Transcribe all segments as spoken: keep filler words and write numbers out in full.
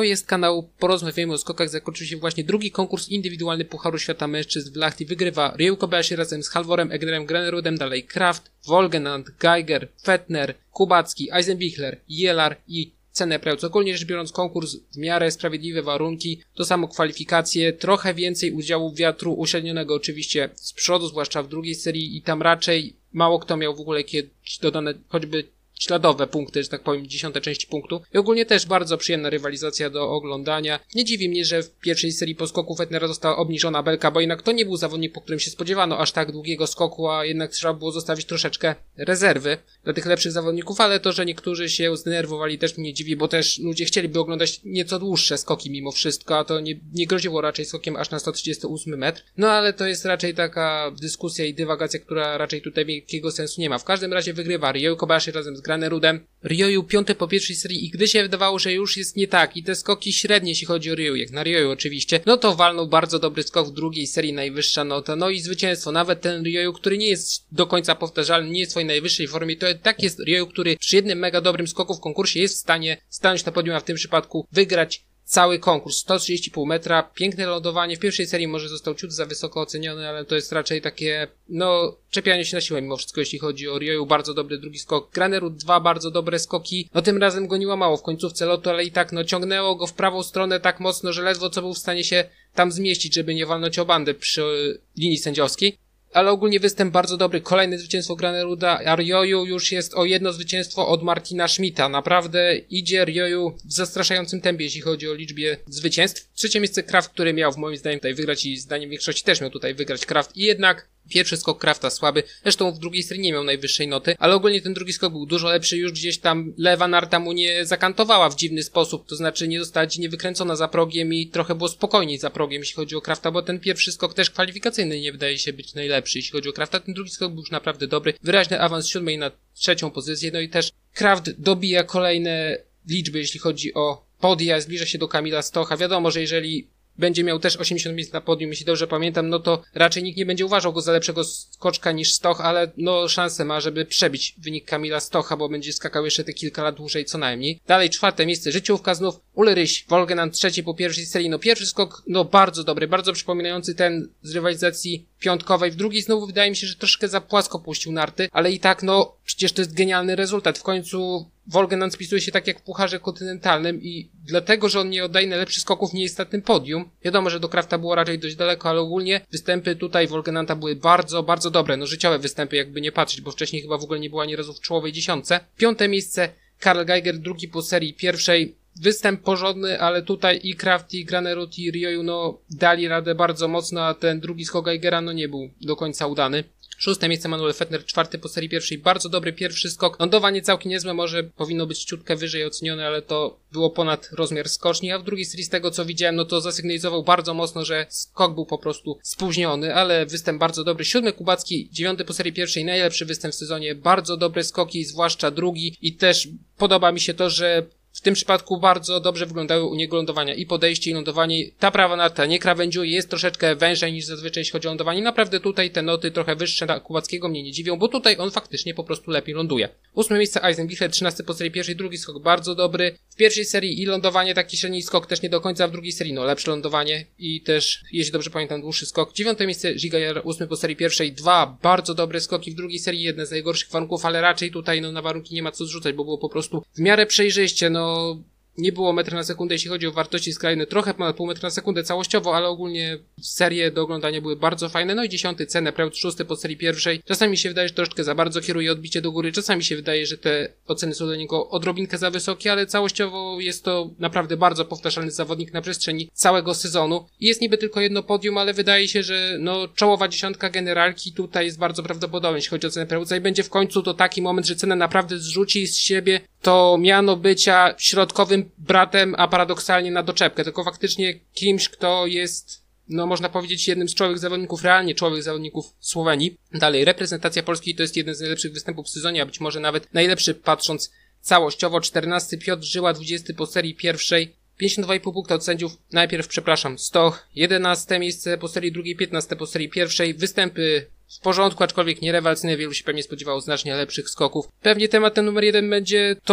jest kanał Porozmawiajmy o skokach. Zakończył się właśnie drugi konkurs indywidualny Pucharu Świata Mężczyzn w Lahti. Wygrywa Ryoyu Kobayashi razem z Halvorem Egnerem Granerudem, dalej Kraft, Wolgenant, Geiger, Fettner, Kubacki, Eisenbichler, Jelar i Cenepreutz. Ogólnie rzecz biorąc konkurs w miarę sprawiedliwe warunki, to samo kwalifikacje, trochę więcej udziału wiatru uśrednionego oczywiście z przodu, zwłaszcza w drugiej serii i tam raczej mało kto miał w ogóle jakieś dodane choćby śladowe punkty, że tak powiem, dziesiąte części punktu. I ogólnie też bardzo przyjemna rywalizacja do oglądania. Nie dziwi mnie, że w pierwszej serii poskoku Fettnera została obniżona belka, bo jednak to nie był zawodnik, po którym się spodziewano aż tak długiego skoku, a jednak trzeba było zostawić troszeczkę rezerwy dla tych lepszych zawodników, ale to, że niektórzy się zdenerwowali, też mnie dziwi, bo też ludzie chcieliby oglądać nieco dłuższe skoki mimo wszystko, a to nie, nie groziło raczej skokiem aż na sto trzydziesty ósmy metr. No ale to jest raczej taka dyskusja i dywagacja, która raczej tutaj wielkiego sensu nie ma. W każdym razie wygrywa Ryoyu Kobayashi razem z Granerudem. Ryoyu piąty po pierwszej serii i gdy się wydawało, że już jest nie tak i te skoki średnie, jeśli chodzi o Ryoyu, jak na Ryoyu oczywiście, no to walnął bardzo dobry skok w drugiej serii, najwyższa nota, no i zwycięstwo. Nawet ten Ryoyu, który nie jest do końca powtarzalny, nie jest w swojej najwyższej formie, to tak jest Ryoyu, który przy jednym mega dobrym skoku w konkursie jest w stanie stanąć na podium, a w tym przypadku wygrać cały konkurs. sto trzydzieści pół metra, piękne lądowanie. W pierwszej serii może został ciut za wysoko oceniony, ale to jest raczej takie, no, czepianie się na siłę mimo wszystko, jeśli chodzi o Ryoyu. Bardzo dobry drugi skok. Granerud dwa bardzo dobre skoki. No tym razem goniła mało w końcówce lotu, ale i tak, no, ciągnęło go w prawą stronę tak mocno, że ledwo co był w stanie się tam zmieścić, żeby nie walnąć o bandę przy linii sędziowskiej. Ale ogólnie występ bardzo dobry. Kolejne zwycięstwo Graneruda, a Ryoyu już jest o jedno zwycięstwo od Martina Schmidta. Naprawdę idzie Ryoyu w zastraszającym tempie, jeśli chodzi o liczbę zwycięstw. Trzecie miejsce Kraft, który miał w moim zdaniem tutaj wygrać i zdaniem większości też miał tutaj wygrać Kraft. I jednak pierwszy skok Krafta słaby. Zresztą w drugiej serii nie miał najwyższej noty, ale ogólnie ten drugi skok był dużo lepszy. Już gdzieś tam lewa narta mu nie zakantowała w dziwny sposób, to znaczy nie została dziwnie wykręcona za progiem i trochę było spokojniej za progiem, jeśli chodzi o Krafta, bo ten pierwszy skok też kwalifikacyjny nie wydaje się być najlepszy, jeśli chodzi o Krafta. Ten drugi skok był już naprawdę dobry. Wyraźny awans z siódmej na trzecią pozycję, no i też Kraft dobija kolejne liczby, jeśli chodzi o podia, zbliża się do Kamila Stocha. Wiadomo, że jeżeli będzie miał też osiemdziesiąt miejsc na podium, jeśli dobrze pamiętam, no to raczej nikt nie będzie uważał go za lepszego skoczka niż Stoch, ale no szansę ma, żeby przebić wynik Kamila Stocha, bo będzie skakał jeszcze te kilka lat dłużej co najmniej. Dalej czwarte miejsce, życiówka znów, Ulrich Wolgenant trzeci po pierwszej serii, no pierwszy skok, no bardzo dobry, bardzo przypominający ten z rywalizacji piątkowej, w drugiej znowu wydaje mi się, że troszkę za płasko puścił narty, ale i tak no przecież to jest genialny rezultat, w końcu Wolgenant spisuje się tak jak w Pucharze Kontynentalnym i dlatego, że on nie oddaje najlepszych skoków, nie jest na tym podium. Wiadomo, że do Krafta było raczej dość daleko, ale ogólnie występy tutaj Wolgenanta były bardzo, bardzo dobre. No życiowe występy, jakby nie patrzeć, bo wcześniej chyba w ogóle nie była ani razu w czołowej dziesiątce. Piąte miejsce Karl Geiger, drugi po serii pierwszej. Występ porządny, ale tutaj i Kraft, i Granerud, i Ryoyu, no dali radę bardzo mocno, a ten drugi skok Geigera, no nie był do końca udany. Szóste miejsce Manuel Fettner, czwarty po serii pierwszej, bardzo dobry pierwszy skok. Lądowanie całkiem niezłe, może powinno być ciutkę wyżej ocenione, ale to było ponad rozmiar skoczni, a w drugiej serii z tego co widziałem, no to zasygnalizował bardzo mocno, że skok był po prostu spóźniony, ale występ bardzo dobry. Siódmy Kubacki, dziewiąty po serii pierwszej, najlepszy występ w sezonie, bardzo dobre skoki, zwłaszcza drugi i też podoba mi się to, że w tym przypadku bardzo dobrze wyglądały u niego lądowania i podejście i lądowanie. Ta prawa narta nie krawędziuje, jest troszeczkę wężej niż zazwyczaj jeśli chodzi o lądowanie. Naprawdę tutaj te noty trochę wyższe na Kubackiego mnie nie dziwią, bo tutaj on faktycznie po prostu lepiej ląduje. Ósme miejsce Eisenbichler, trzynasty po serii pierwszej, drugi skok bardzo dobry. W pierwszej serii i lądowanie, taki średni skok też nie do końca, w drugiej serii no lepsze lądowanie i też, jeśli dobrze pamiętam, dłuższy skok. Dziewiąte miejsce Gigajer, ósmy po serii pierwszej, dwa bardzo dobre skoki, w drugiej serii jedne z najgorszych warunków, ale raczej tutaj no na warunki nie ma co zrzucać, bo było po prostu w miarę przejrzyście, no nie było metra na sekundę, jeśli chodzi o wartości skrajne, trochę ponad pół metra na sekundę całościowo, ale ogólnie serie do oglądania były bardzo fajne. No i dziesiąty Cenepreutz, szósty po serii pierwszej. Czasami się wydaje, że troszeczkę za bardzo kieruje odbicie do góry, czasami się wydaje, że te oceny są dla niego odrobinkę za wysokie, ale całościowo jest to naprawdę bardzo powtarzalny zawodnik na przestrzeni całego sezonu. I jest niby tylko jedno podium, ale wydaje się, że no czołowa dziesiątka generalki tutaj jest bardzo prawdopodobna, jeśli chodzi o Cenepreutza i będzie w końcu to taki moment, że Cenę naprawdę zrzuci z siebie to miano bycia środkowym bratem, a paradoksalnie na doczepkę, tylko faktycznie kimś, kto jest, no można powiedzieć, jednym z czołowych zawodników, realnie czołowych zawodników Słowenii. Dalej, reprezentacja Polski to jest jeden z najlepszych występów w sezonie, a być może nawet najlepszy patrząc całościowo. czternasty Piotr Żyła, dwudziesty po serii pierwszej, pięćdziesiąt dwa i pół punkta od sędziów, najpierw, przepraszam, Stoch, jedenaste miejsce po serii drugiej, piętnaste po serii pierwszej, występy w porządku, aczkolwiek nie rewelacyjne, wielu się pewnie spodziewało znacznie lepszych skoków. Pewnie tematem numer jeden będzie to,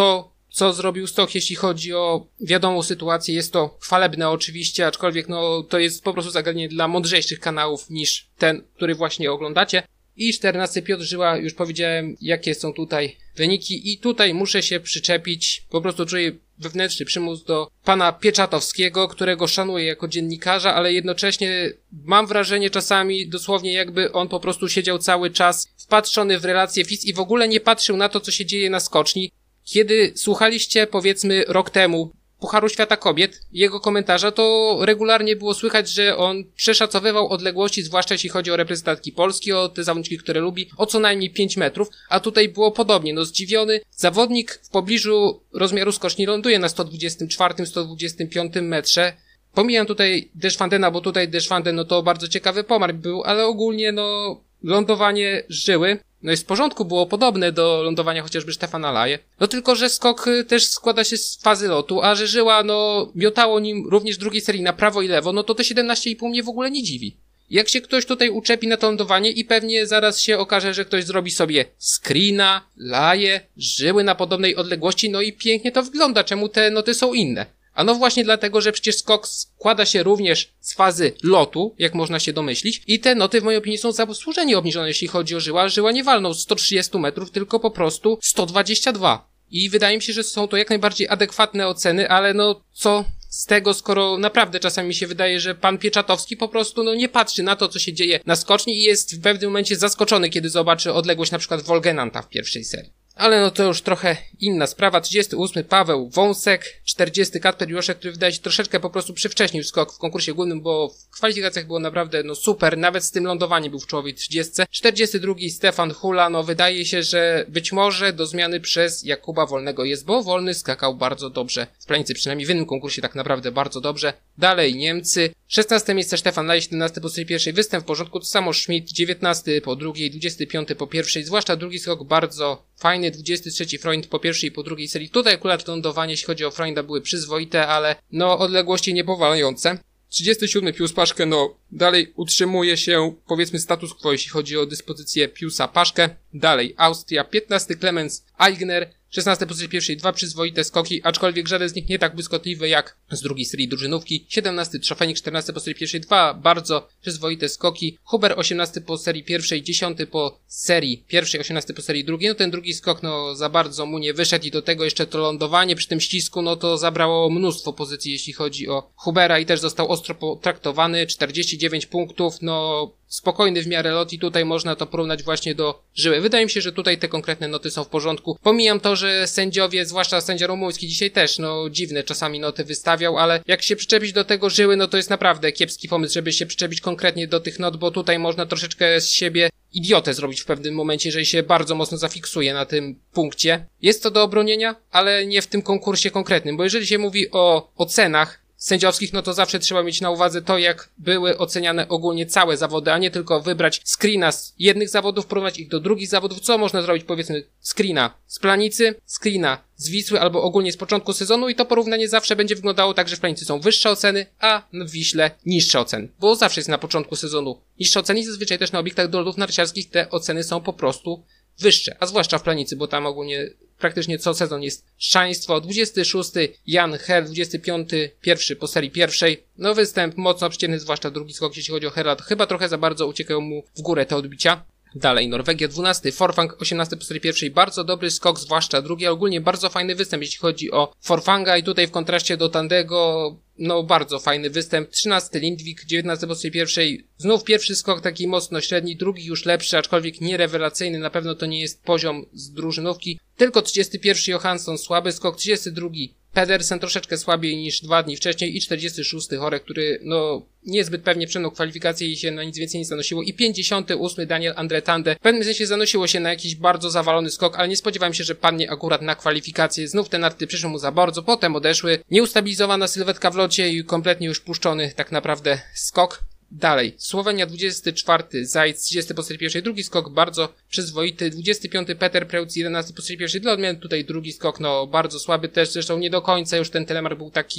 co zrobił Stoch, jeśli chodzi o wiadomą sytuację. Jest to chwalebne oczywiście, aczkolwiek no to jest po prostu zagadnienie dla mądrzejszych kanałów niż ten, który właśnie oglądacie. I czternasty Piotr Żyła, już powiedziałem jakie są tutaj wyniki i tutaj muszę się przyczepić, po prostu czuję wewnętrzny przymus do pana Pieczatowskiego, którego szanuję jako dziennikarza, ale jednocześnie mam wrażenie czasami dosłownie jakby on po prostu siedział cały czas wpatrzony w relacje F I S i w ogóle nie patrzył na to, co się dzieje na skoczni. Kiedy słuchaliście powiedzmy rok temu Pucharu Świata Kobiet, jego komentarza, to regularnie było słychać, że on przeszacowywał odległości, zwłaszcza jeśli chodzi o reprezentantki Polski, o te zawodniczki, które lubi, o co najmniej pięć metrów, a tutaj było podobnie, no zdziwiony zawodnik w pobliżu rozmiaru skoczni ląduje na sto dwudziestym czwartym sto dwudziestym piątym metrze. Pomijam tutaj Deschwandena, bo tutaj Deschwanden, no to bardzo ciekawy pomar był, ale ogólnie no lądowanie Żyły no jest w porządku, było podobne do lądowania chociażby Stefana Laje. No tylko, że skok też składa się z fazy lotu, a że Żyła no miotało nim również w drugiej serii na prawo i lewo, no to te siedemnaście i pół mnie w ogóle nie dziwi. Jak się ktoś tutaj uczepi na to lądowanie i pewnie zaraz się okaże, że ktoś zrobi sobie screena, Laje, Żyły na podobnej odległości, no i pięknie to wygląda, czemu te noty są inne. A no właśnie dlatego, że przecież skok składa się również z fazy lotu, jak można się domyślić, i te noty w mojej opinii są zasłużenie obniżone, jeśli chodzi o Żyła. Żyła nie walnął sto trzydzieści metrów, tylko po prostu sto dwadzieścia dwa. I wydaje mi się, że są to jak najbardziej adekwatne oceny, ale no co z tego, skoro naprawdę czasami mi się wydaje, że pan Pieczatowski po prostu no nie patrzy na to, co się dzieje na skoczni i jest w pewnym momencie zaskoczony, kiedy zobaczy odległość na przykład Wolgenanta w pierwszej serii. Ale no to już trochę inna sprawa. trzydziesty ósmy Paweł Wąsek, czterdziesty Kacper Juroszek, który wydaje się troszeczkę po prostu przywcześnił skok w konkursie głównym, bo w kwalifikacjach było naprawdę no super, nawet z tym lądowaniem był w czołowej trzydziestce. czterdziesty drugi Stefan Hula, no wydaje się, że być może do zmiany przez Jakuba Wolnego jest, bo Wolny skakał bardzo dobrze w planicy, przynajmniej w innym konkursie tak naprawdę bardzo dobrze. Dalej Niemcy, szesnaste miejsce Stefan Laj, siedemnasty po serii pierwszej, występ w porządku, to samo Schmidt, dziewiętnasty po drugiej, dwudziesty piąty po pierwszej, zwłaszcza drugi skok bardzo fajny, dwudziesty trzeci Freund po pierwszej i po drugiej serii. Tutaj akurat lądowanie, jeśli chodzi o Freunda, były przyzwoite, ale no odległości niepowalające. trzydziesty siódmy Pius Paszke, no dalej utrzymuje się powiedzmy status quo, jeśli chodzi o dyspozycję Piusa Paszke. Dalej Austria, piętnasty Clemens Eigner, szesnasty po serii pierwszej, dwa przyzwoite skoki, aczkolwiek żaden z nich nie tak błyskotliwy jak z drugiej serii drużynówki. siedemnasty Trzofenik, czternasty po serii pierwszej, dwa bardzo przyzwoite skoki. Huber, osiemnasty po serii pierwszej, dziesiąty po serii pierwszej, osiemnasty po serii drugiej. No ten drugi skok no za bardzo mu nie wyszedł i do tego jeszcze to lądowanie przy tym ścisku, no to zabrało mnóstwo pozycji, jeśli chodzi o Hubera i też został ostro potraktowany. czterdzieści dziewięć punktów, no spokojny w miarę lot i tutaj można to porównać właśnie do Żyły. Wydaje mi się, że tutaj te konkretne noty są w porządku. Pomijam to, że sędziowie, zwłaszcza sędzia Romułski dzisiaj też, no dziwne czasami noty wystawiał, ale jak się przyczepić do tego Żyły, no to jest naprawdę kiepski pomysł, żeby się przyczepić konkretnie do tych not, bo tutaj można troszeczkę z siebie idiotę zrobić w pewnym momencie, jeżeli się bardzo mocno zafiksuje na tym punkcie. Jest to do obronienia, ale nie w tym konkursie konkretnym, bo jeżeli się mówi o ocenach sędziowskich, no to zawsze trzeba mieć na uwadze to, jak były oceniane ogólnie całe zawody, a nie tylko wybrać screena z jednych zawodów, porównać ich do drugich zawodów. Co można zrobić, powiedzmy, screena z Planicy, screena z Wisły albo ogólnie z początku sezonu i to porównanie zawsze będzie wyglądało tak, że w Planicy są wyższe oceny, a w Wiśle niższe oceny, bo zawsze jest na początku sezonu niższe oceny i zazwyczaj też na obiektach do lotów narciarskich te oceny są po prostu wyższe, a zwłaszcza w Planicy, bo tam ogólnie praktycznie co sezon jest szaleństwo. dwudziesty szósty Jan Hel, dwudziesty piąty pierwszy po serii pierwszej. No występ mocno przeciętny, zwłaszcza drugi skok, jeśli chodzi o Hela, to chyba trochę za bardzo uciekają mu w górę te odbicia. Dalej Norwegia, dwunasty Forfang, osiemnasty po serii pierwszej, bardzo dobry skok, zwłaszcza drugi, ogólnie bardzo fajny występ, jeśli chodzi o Forfanga i tutaj w kontraście do Tandego, no bardzo fajny występ. trzynasty Lindwik, dziewiętnasty po serii pierwszej, znów pierwszy skok taki mocno średni, drugi już lepszy, aczkolwiek nie rewelacyjny, na pewno to nie jest poziom z drużynówki. Tylko trzydziesty pierwszy Johansson, słaby skok, trzydziesty drugi Pedersen troszeczkę słabiej niż dwa dni wcześniej i czterdziesty szósty Horek, który no niezbyt pewnie przemknął kwalifikacje i się na nic więcej nie zanosiło i pięćdziesiąty ósmy Daniel Andre Tande. W pewnym sensie zanosiło się na jakiś bardzo zawalony skok, ale nie spodziewałem się, że padnie akurat na kwalifikacje. Znów te narty przyszły mu za bardzo, potem odeszły. Nieustabilizowana sylwetka w locie i kompletnie już puszczony tak naprawdę skok. Dalej, Słowenia dwudziesty czwarty Zajc, trzydziesty po serii pierwszej, drugi skok bardzo przyzwoity, dwudziesty piąty Peter Preutz, jedenasty po serii pierwszej, dla odmiany tutaj drugi skok, no bardzo słaby też, zresztą nie do końca już ten telemark był taki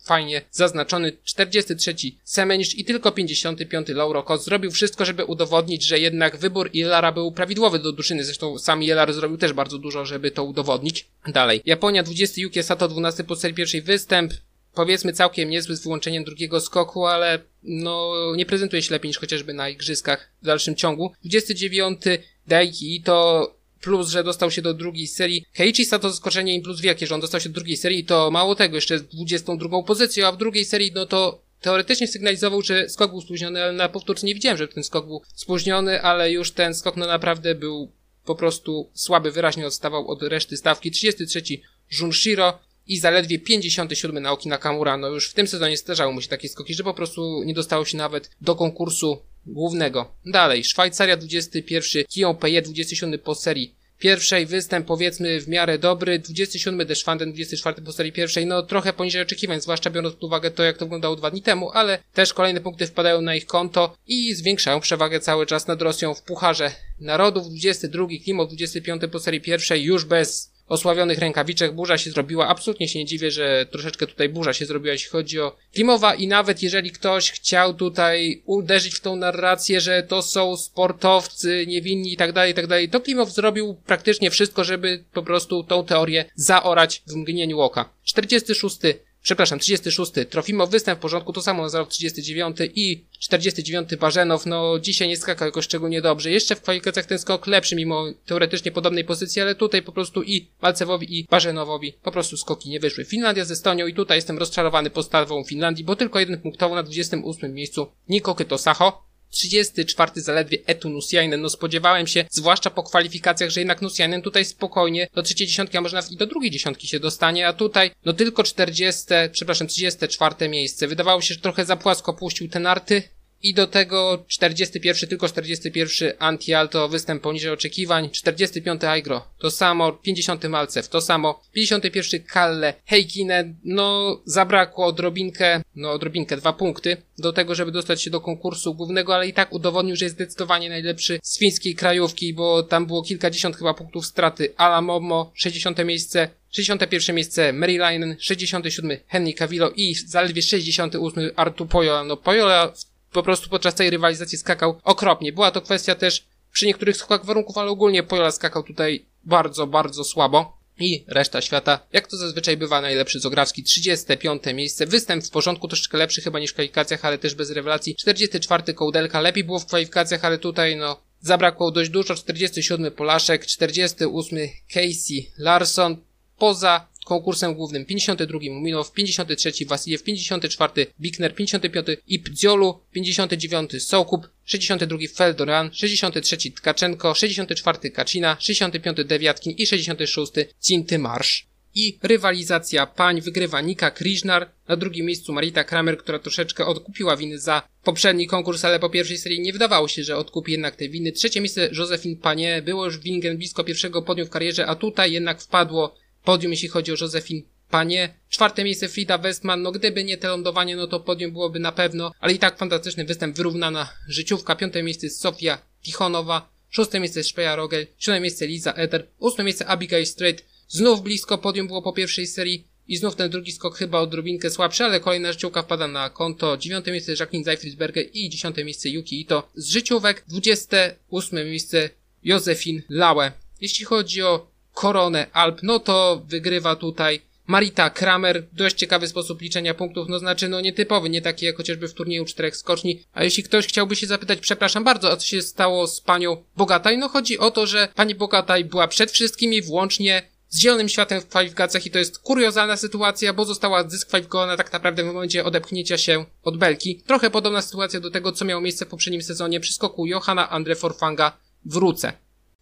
fajnie zaznaczony. czterdziesty trzeci Semenisz i tylko pięćdziesiąty piąty Lauro Kos zrobił wszystko, żeby udowodnić, że jednak wybór Jelara był prawidłowy do drużyny. Zresztą sam Jelar zrobił też bardzo dużo, żeby to udowodnić. Dalej. Japonia dwudziesty Yuki Sato dwunasty po serii pierwszej występ. Powiedzmy całkiem niezły z wyłączeniem drugiego skoku, ale no nie prezentuje się lepiej niż chociażby na igrzyskach w dalszym ciągu. dwudziesty dziewiąty Daiki Ito, plus, że dostał się do drugiej serii. Keiichi Sato zaskoczenie im plus wielkie, że on dostał się do drugiej serii, to mało tego, jeszcze z dwudziestą drugą pozycją, a w drugiej serii no to teoretycznie sygnalizował, że skok był spóźniony, ale na powtórce nie widziałem, że ten skok był spóźniony, ale już ten skok no naprawdę był po prostu słaby, wyraźnie odstawał od reszty stawki. trzydziesty trzeci Junshiro i zaledwie pięćdziesiąty siódmy Naoki Nakamura. No już w tym sezonie zdarzały mu się takie skoki, że po prostu nie dostało się nawet do konkursu głównego. Dalej, Szwajcaria dwudziesty pierwszy Kion Peje dwudziesty siódmy po serii pierwszej, występ powiedzmy w miarę dobry, dwudziesty siódmy Deschwanden dwudziesty czwarty po serii pierwszej, no trochę poniżej oczekiwań, zwłaszcza biorąc pod uwagę to, jak to wyglądało dwa dni temu, ale też kolejne punkty wpadają na ich konto i zwiększają przewagę cały czas nad Rosją w Pucharze Narodów. dwudziesty drugi Klimow dwudziesty piąty po serii pierwszej, już bez osławionych rękawiczek, burza się zrobiła, absolutnie się nie dziwię, że troszeczkę tutaj burza się zrobiła, jeśli chodzi o Klimowa i nawet jeżeli ktoś chciał tutaj uderzyć w tą narrację, że to są sportowcy niewinni i tak dalej, i tak dalej, to Klimow zrobił praktycznie wszystko, żeby po prostu tą teorię zaorać w mgnieniu oka. czterdziesty szósty Przepraszam, trzydziesty szósty Trofimow, występ w porządku, to samo nazywał trzydziesty dziewiąty i czterdziesty dziewiąty Barzenow, no dzisiaj nie skakał jakoś szczególnie dobrze. Jeszcze w kwalifikacjach ten skok lepszy mimo teoretycznie podobnej pozycji, ale tutaj po prostu i Malcewowi i Barzenowowi po prostu skoki nie wyszły. Finlandia z Estonią i tutaj jestem rozczarowany postawą Finlandii, bo tylko jeden punktowo na dwudziestym ósmym miejscu Niko Kyto-Saho. trzydziesty czwarty zaledwie Eetu Nusiainen, no spodziewałem się, zwłaszcza po kwalifikacjach, że jednak Nusiainen tutaj spokojnie do trzeciej dziesiątki, a może nawet i do drugiej dziesiątki się dostanie, a tutaj no tylko czterdzieste, przepraszam, trzydzieste czwarte miejsce. Wydawało się, że trochę za płasko puścił te narty i do tego czterdziesty pierwszy, tylko czterdziesty pierwszy Anti-Alto, występ poniżej oczekiwań, czterdziesty piąty Aigro, to samo, pięćdziesiąty Malcew, to samo, pięćdziesiąty pierwszy Kalle Heikkinen, no zabrakło odrobinkę, no odrobinkę, dwa punkty do tego, żeby dostać się do konkursu głównego, ale i tak udowodnił, że jest zdecydowanie najlepszy z fińskiej krajówki, bo tam było kilkadziesiąt chyba punktów straty. Alamomo, sześćdziesiąte miejsce, sześćdziesiąte pierwsze miejsce Merilainen, sześćdziesiąty siódmy Henry Cavillo i zaledwie sześćdziesiąty ósmy Arttu Pojola. No Pojola po prostu podczas tej rywalizacji skakał okropnie. Była to kwestia też przy niektórych skokach warunków, ale ogólnie Pojola skakał tutaj bardzo, bardzo słabo. I reszta świata, jak to zazwyczaj bywa, najlepszy Zograwski, trzydzieste piąte miejsce, występ w porządku, troszeczkę lepszy chyba niż w kwalifikacjach, ale też bez rewelacji, czterdziesty czwarty Kołdelka, lepiej było w kwalifikacjach, ale tutaj no zabrakło dość dużo, czterdziesty siódmy Polaszek, czterdziesty ósmy Casey Larson, poza konkursem głównym pięćdziesiąty drugi Muminow, pięćdziesiąty trzeci Wasiliew, pięćdziesiąty czwarty Bikner, pięćdziesiąty piąty Ipdziolu, pięćdziesiąty dziewiąty Soukup, sześćdziesiąty drugi Feldorian, sześćdziesiąty trzeci Tkaczenko, sześćdziesiąty czwarty Kacina, sześćdziesiąty piąty Dewiatkin i sześćdziesiąty szósty Cinty Marsz. I rywalizacja pań wygrywa Nika Krishnar, na drugim miejscu Marita Kramer, która troszeczkę odkupiła winy za poprzedni konkurs, ale po pierwszej serii nie wydawało się, że odkupi jednak te winy. Trzecie miejsce Josephine Panie, było już w Wingen blisko pierwszego podium w karierze, a tutaj jednak wpadło podium, jeśli chodzi o Josephine Panie. Czwarte miejsce Frida Westman, no gdyby nie te lądowanie, no to podium byłoby na pewno, ale i tak fantastyczny występ, wyrównana życiówka. Piąte miejsce Sofia Tichonowa, szóste miejsce Szpeja Rogel, siódme miejsce Liza Eder, ósme miejsce Abigail Strait. Znów blisko podium było po pierwszej serii i znów ten drugi skok chyba odrobinkę słabszy, ale kolejna życiówka wpada na konto. Dziewiąte miejsce Jacqueline Zeifridsberger i dziesiąte miejsce Yuki Ito z życiówek. Dwudzieste ósme miejsce Josephine Laue. Jeśli chodzi o koronę Alp, no to wygrywa tutaj Marita Kramer. Dość ciekawy sposób liczenia punktów, no znaczy no nietypowy, nie taki jak chociażby w turnieju czterech skoczni. A jeśli ktoś chciałby się zapytać, przepraszam bardzo, a co się stało z panią Bogataj? No chodzi o to, że pani Bogataj była przed wszystkimi włącznie z zielonym światem w kwalifikacjach i to jest kuriozalna sytuacja, bo została dyskwalifikowana tak naprawdę w momencie odepchnięcia się od belki. Trochę podobna sytuacja do tego, co miało miejsce w poprzednim sezonie przy skoku Johanna Andre Forfanga w Ruce.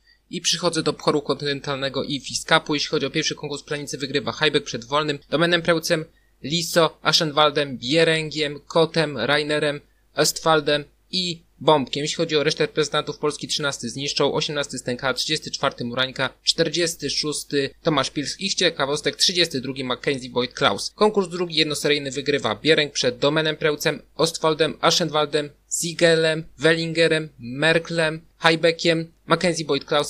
I przychodzę do Pucharu Kontynentalnego i F I S Cupu. Jeśli chodzi o pierwszy konkurs planicy, wygrywa Heiberg przed Wolnym, Domenem Prełcem, Liso, Aschenwaldem, Bierengiem, Kotem, Rainerem, Östwaldem i Bombkiem. Jeśli chodzi o resztę reprezentantów Polski, trzynasty Zniszczą, osiemnasty Stęka, trzydziesty czwarty Murańka, czterdziesty szósty Tomasz Pilsk i z ciekawostek trzydziesty drugi Mackenzie Boyd Klaus. Konkurs drugi jednoseryjny wygrywa Biereng przed Domenem Prełcem, Ostwaldem, Aschenwaldem, Ziegelem, Wellingerem, Merklem, Heibeckiem, Mackenzie Boyd Klausem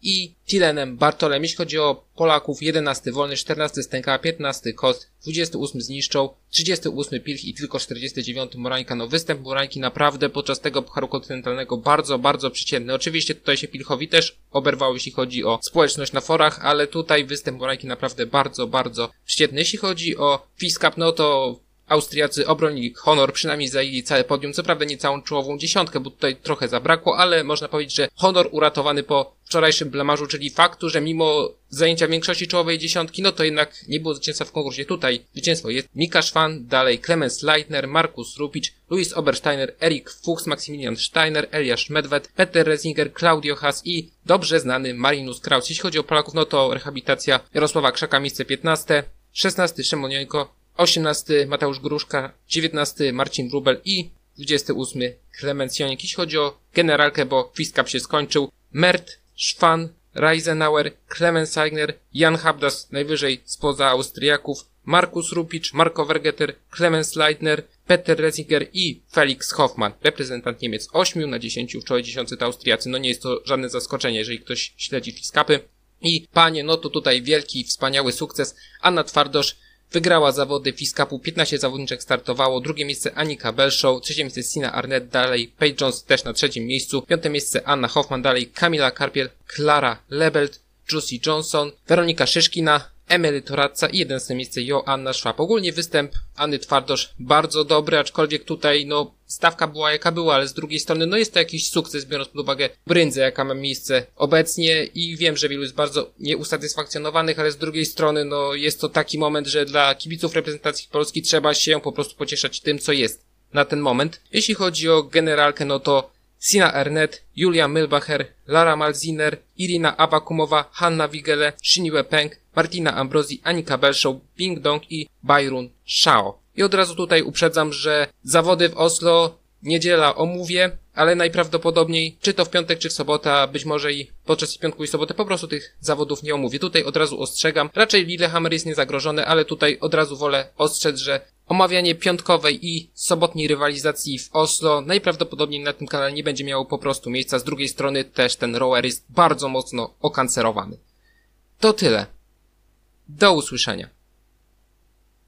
i Tilenem Bartolem. Jeśli chodzi o Polaków, jedenasty Wolny, czternasty Stęka, piętnasty Kost, dwudziesty ósmy Zniszczą, trzydziesty ósmy Pilch i tylko czterdziesty dziewiąty Morańka. No występ Morańki naprawdę podczas tego Pucharu Kontynentalnego bardzo, bardzo przeciętny. Oczywiście tutaj się Pilchowi też oberwało, jeśli chodzi o społeczność na forach, ale tutaj występ Morańki naprawdę bardzo, bardzo przeciętny. Jeśli chodzi o FIS Cup, no to Austriacy obronili honor, przynajmniej zajęli całe podium, co prawda nie całą czołową dziesiątkę, bo tutaj trochę zabrakło, ale można powiedzieć, że honor uratowany po wczorajszym blamarzu, czyli faktu, że mimo zajęcia większości czołowej dziesiątki, no to jednak nie było zwycięstwa w konkursie. Tutaj zwycięstwo jest Mika Szwan, dalej Clemens Leitner, Markus Rupicz, Luis Obersteiner, Erik Fuchs, Maximilian Steiner, Eliasz Medved, Peter Resinger, Claudio Haas i dobrze znany Marinus Kraus. Jeśli chodzi o Polaków, no to rehabilitacja Jarosława Krzaka, miejsce piętnaste, szesnasty Szymon Jońko, osiemnasty Mateusz Gruszka, dziewiętnasty Marcin Wróbel i dwudziesty ósmy Klemens Jonik. Jeśli chodzi o generalkę, bo FIS Cup się skończył, Mert, Szwan, Reisenauer, Clemens Eigner, Jan Habdas najwyżej spoza Austriaków, Markus Rupicz, Marco Vergeter, Clemens Leitner, Peter Resinger i Felix Hoffmann, reprezentant Niemiec. ośmiu na dziesięciu w czołowej dziesiątce to Austriacy. No nie jest to żadne zaskoczenie, jeżeli ktoś śledzi FIS Cupy. I panie, no to tutaj wielki, wspaniały sukces. Anna Twardosz wygrała zawody FIS Cupu, piętnaście zawodniczek startowało, drugie miejsce Annika Belshow, trzecie miejsce Sina Arnett, dalej Paige Jones też na trzecim miejscu, piąte miejsce Anna Hoffman, dalej Kamila Karpiel, Klara Lebelt, Juicy Johnson, Weronika Szyszkina, Emily Toradza i jedenaste miejsce Joanna Szwab. Ogólnie występ Anny Twardosz bardzo dobry, aczkolwiek tutaj no stawka była jaka była, ale z drugiej strony no jest to jakiś sukces, biorąc pod uwagę bryndzę, jaka ma miejsce obecnie i wiem, że wielu jest bardzo nieusatysfakcjonowanych, ale z drugiej strony no jest to taki moment, że dla kibiców reprezentacji Polski trzeba się po prostu pocieszać tym, co jest na ten moment. Jeśli chodzi o generalkę, no to Sina Arnett, Julia Milbacher, Lara Malziner, Irina Abakumowa, Hanna Wigele, Shiniwe Peng, Martina Ambrosi, Annika Belshow, Bing Dong i Byron Shao. I od razu tutaj uprzedzam, że zawody w Oslo niedziela omówię, ale najprawdopodobniej czy to w piątek, czy w sobotę, a być może i podczas piątku i soboty po prostu tych zawodów nie omówię. Tutaj od razu ostrzegam. Raczej Lillehammer jest niezagrożony, ale tutaj od razu wolę ostrzec, że omawianie piątkowej i sobotniej rywalizacji w Oslo najprawdopodobniej na tym kanale nie będzie miało po prostu miejsca. Z drugiej strony też ten rower jest bardzo mocno okancerowany. To tyle. Do usłyszenia.